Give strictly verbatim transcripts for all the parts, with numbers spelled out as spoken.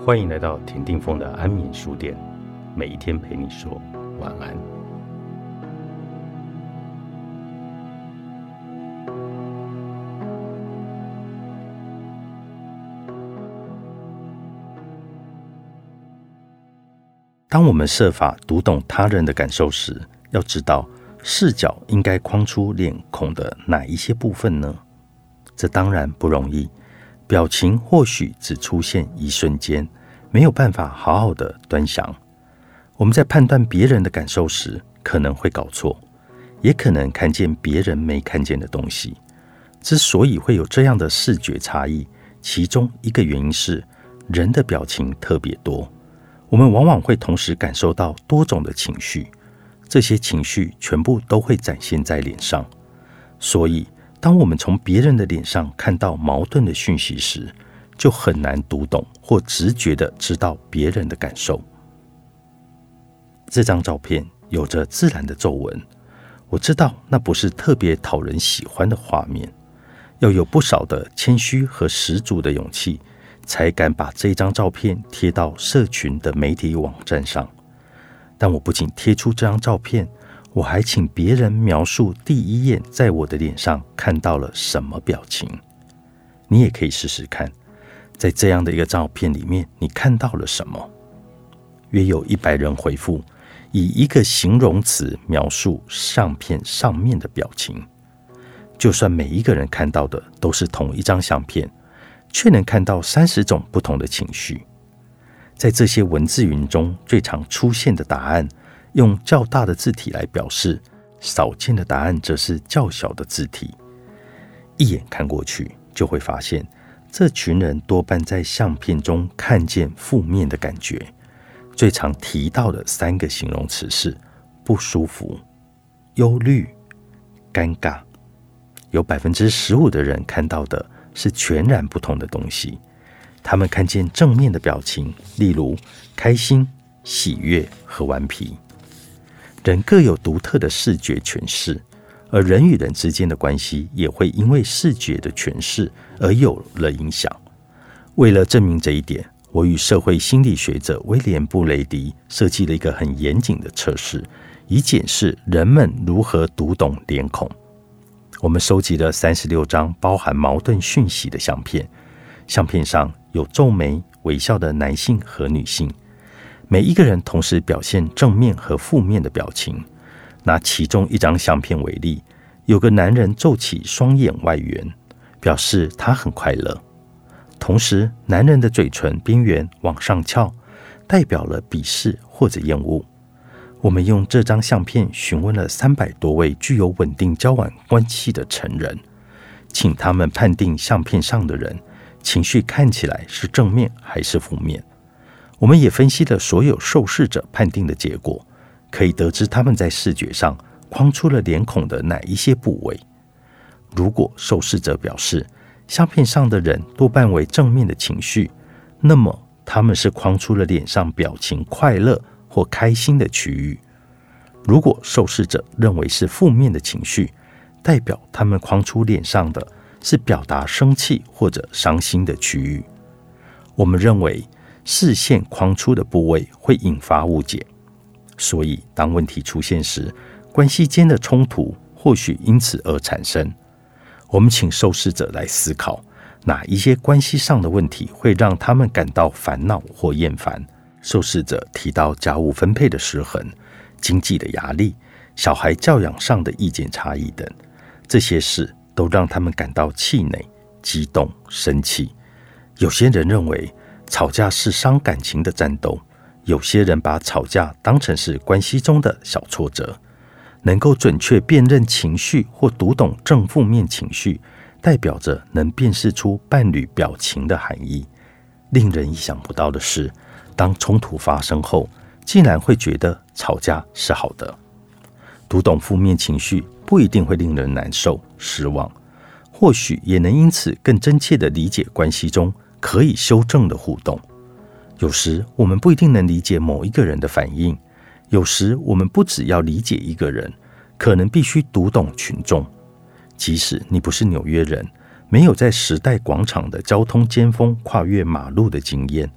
欢迎来到田定峰的安眠书店，每一天陪你说晚安。当我们设法读懂他人的感受时，要知道视角应该框出脸孔的哪一些部分呢？这当然不容易，表情或许只出现一瞬间，没有办法好好的端详。我们在判断别人的感受时，可能会搞错，也可能看见别人没看见的东西。之所以会有这样的视觉差异，其中一个原因是人的表情特别多，我们往往会同时感受到多种的情绪，这些情绪全部都会展现在脸上。所以当我们从别人的脸上看到矛盾的讯息时，就很难读懂或直觉地知道别人的感受。这张照片有着自然的皱纹，我知道那不是特别讨人喜欢的画面，要有不少的谦虚和十足的勇气，才敢把这张照片贴到社群的媒体网站上。但我不仅贴出这张照片，我还请别人描述第一眼在我的脸上看到了什么表情。你也可以试试看，在这样的一个照片里面，你看到了什么？约有一百人回复，以一个形容词描述相片上面的表情。就算每一个人看到的都是同一张相片，却能看到三十种不同的情绪。在这些文字云中，最常出现的答案用较大的字体来表示，少见的答案则是较小的字体。一眼看过去，就会发现这群人多半在相片中看见负面的感觉。最常提到的三个形容词是不舒服、忧虑、尴尬。有 百分之十五 的人看到的是全然不同的东西。他们看见正面的表情，例如开心、喜悦和顽皮。人各有独特的视觉诠释，而人与人之间的关系也会因为视觉的诠释而有了影响。为了证明这一点，我与社会心理学者威廉·布雷迪设计了一个很严谨的测试，以检视人们如何读懂脸孔。我们收集了三十六张包含矛盾讯息的相片，相片上有皱眉、微笑的男性和女性，每一个人同时表现正面和负面的表情。拿其中一张相片为例，有个男人皱起双眼外缘，表示他很快乐。同时，男人的嘴唇边缘往上翘，代表了鄙视或者厌恶。我们用这张相片询问了三百多位具有稳定交往关系的成人，请他们判定相片上的人情绪看起来是正面还是负面。我们也分析了所有受试者判定的结果，可以得知他们在视觉上框出了脸孔的哪一些部位。如果受试者表示相片上的人多半为正面的情绪，那么他们是框出了脸上表情快乐或开心的区域。如果受试者认为是负面的情绪，代表他们框出脸上的是表达生气或者伤心的区域。我们认为视线框出的部位会引发误解，所以当问题出现时，关系间的冲突或许因此而产生。我们请受试者来思考，哪一些关系上的问题会让他们感到烦恼或厌烦。受试者提到家务分配的失衡、经济的压力、小孩教养上的意见差异等，这些事都让他们感到气馁、激动、生气。有些人认为吵架是伤感情的战斗，有些人把吵架当成是关系中的小挫折。能够准确辨认情绪或读懂正负面情绪，代表着能辨识出伴侣表情的含义。令人意想不到的是，当冲突发生后，竟然会觉得吵架是好的。读懂负面情绪不一定会令人难受、失望，或许也能因此更真切地理解关系中可以修正的互动。有时我们不一定能理解某一个人的反应，有时我们不只要理解一个人，可能必须读懂群众。即使你不是纽约人，没有在时代广场的交通尖峰跨越马路的经验，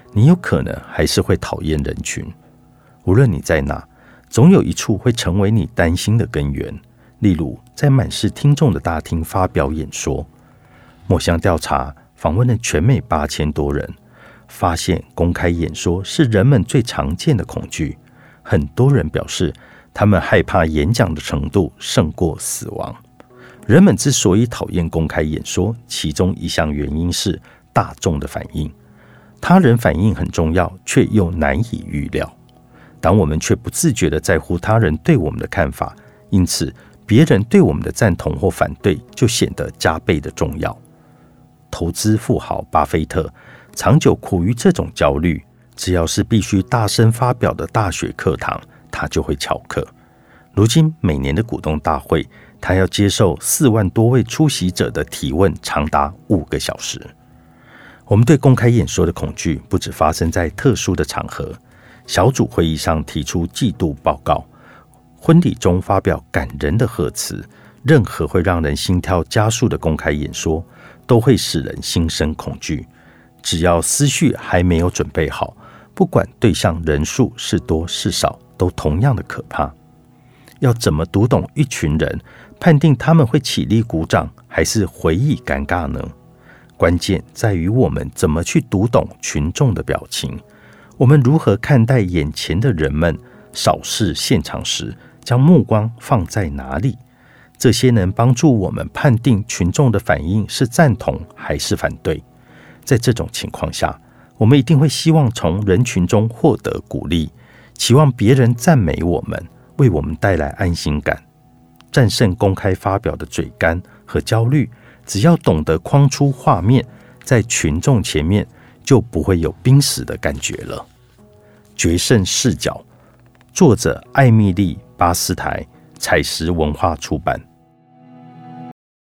你有可能还是会讨厌人群。无论你在哪，总有一处会成为你担心的根源。例如，在满是听众的大厅发表演说。某项调查访问了全美八千多人，发现公开演说是人们最常见的恐惧。很多人表示，他们害怕演讲的程度胜过死亡。人们之所以讨厌公开演说，其中一项原因是大众的反应。他人反应很重要，却又难以预料。但我们却不自觉地在乎他人对我们的看法，因此别人对我们的赞同或反对就显得加倍的重要。投资富豪巴菲特长久苦于这种焦虑，只要是必须大声发表的大学课堂，他就会翘课。如今每年的股东大会，他要接受四万多位出席者的提问，长达五个小时。我们对公开演说的恐惧不只发生在特殊的场合，小组会议上提出季度报告，婚礼中发表感人的贺词，任何会让人心跳加速的公开演说都会使人心生恐惧。只要思绪还没有准备好，不管对象人数是多是少，都同样的可怕。要怎么读懂一群人，判定他们会起立鼓掌还是回忆尴尬呢？关键在于我们怎么去读懂群众的表情。我们如何看待眼前的人们？扫视现场时，将目光放在哪里？这些能帮助我们判定群众的反应是赞同还是反对。在这种情况下，我们一定会希望从人群中获得鼓励，期望别人赞美我们，为我们带来安心感。战胜公开发表的嘴干和焦虑，只要懂得框出画面，在群众前面就不会有濒死的感觉了。决胜视角，作者艾蜜莉·巴斯台，采石文化出版。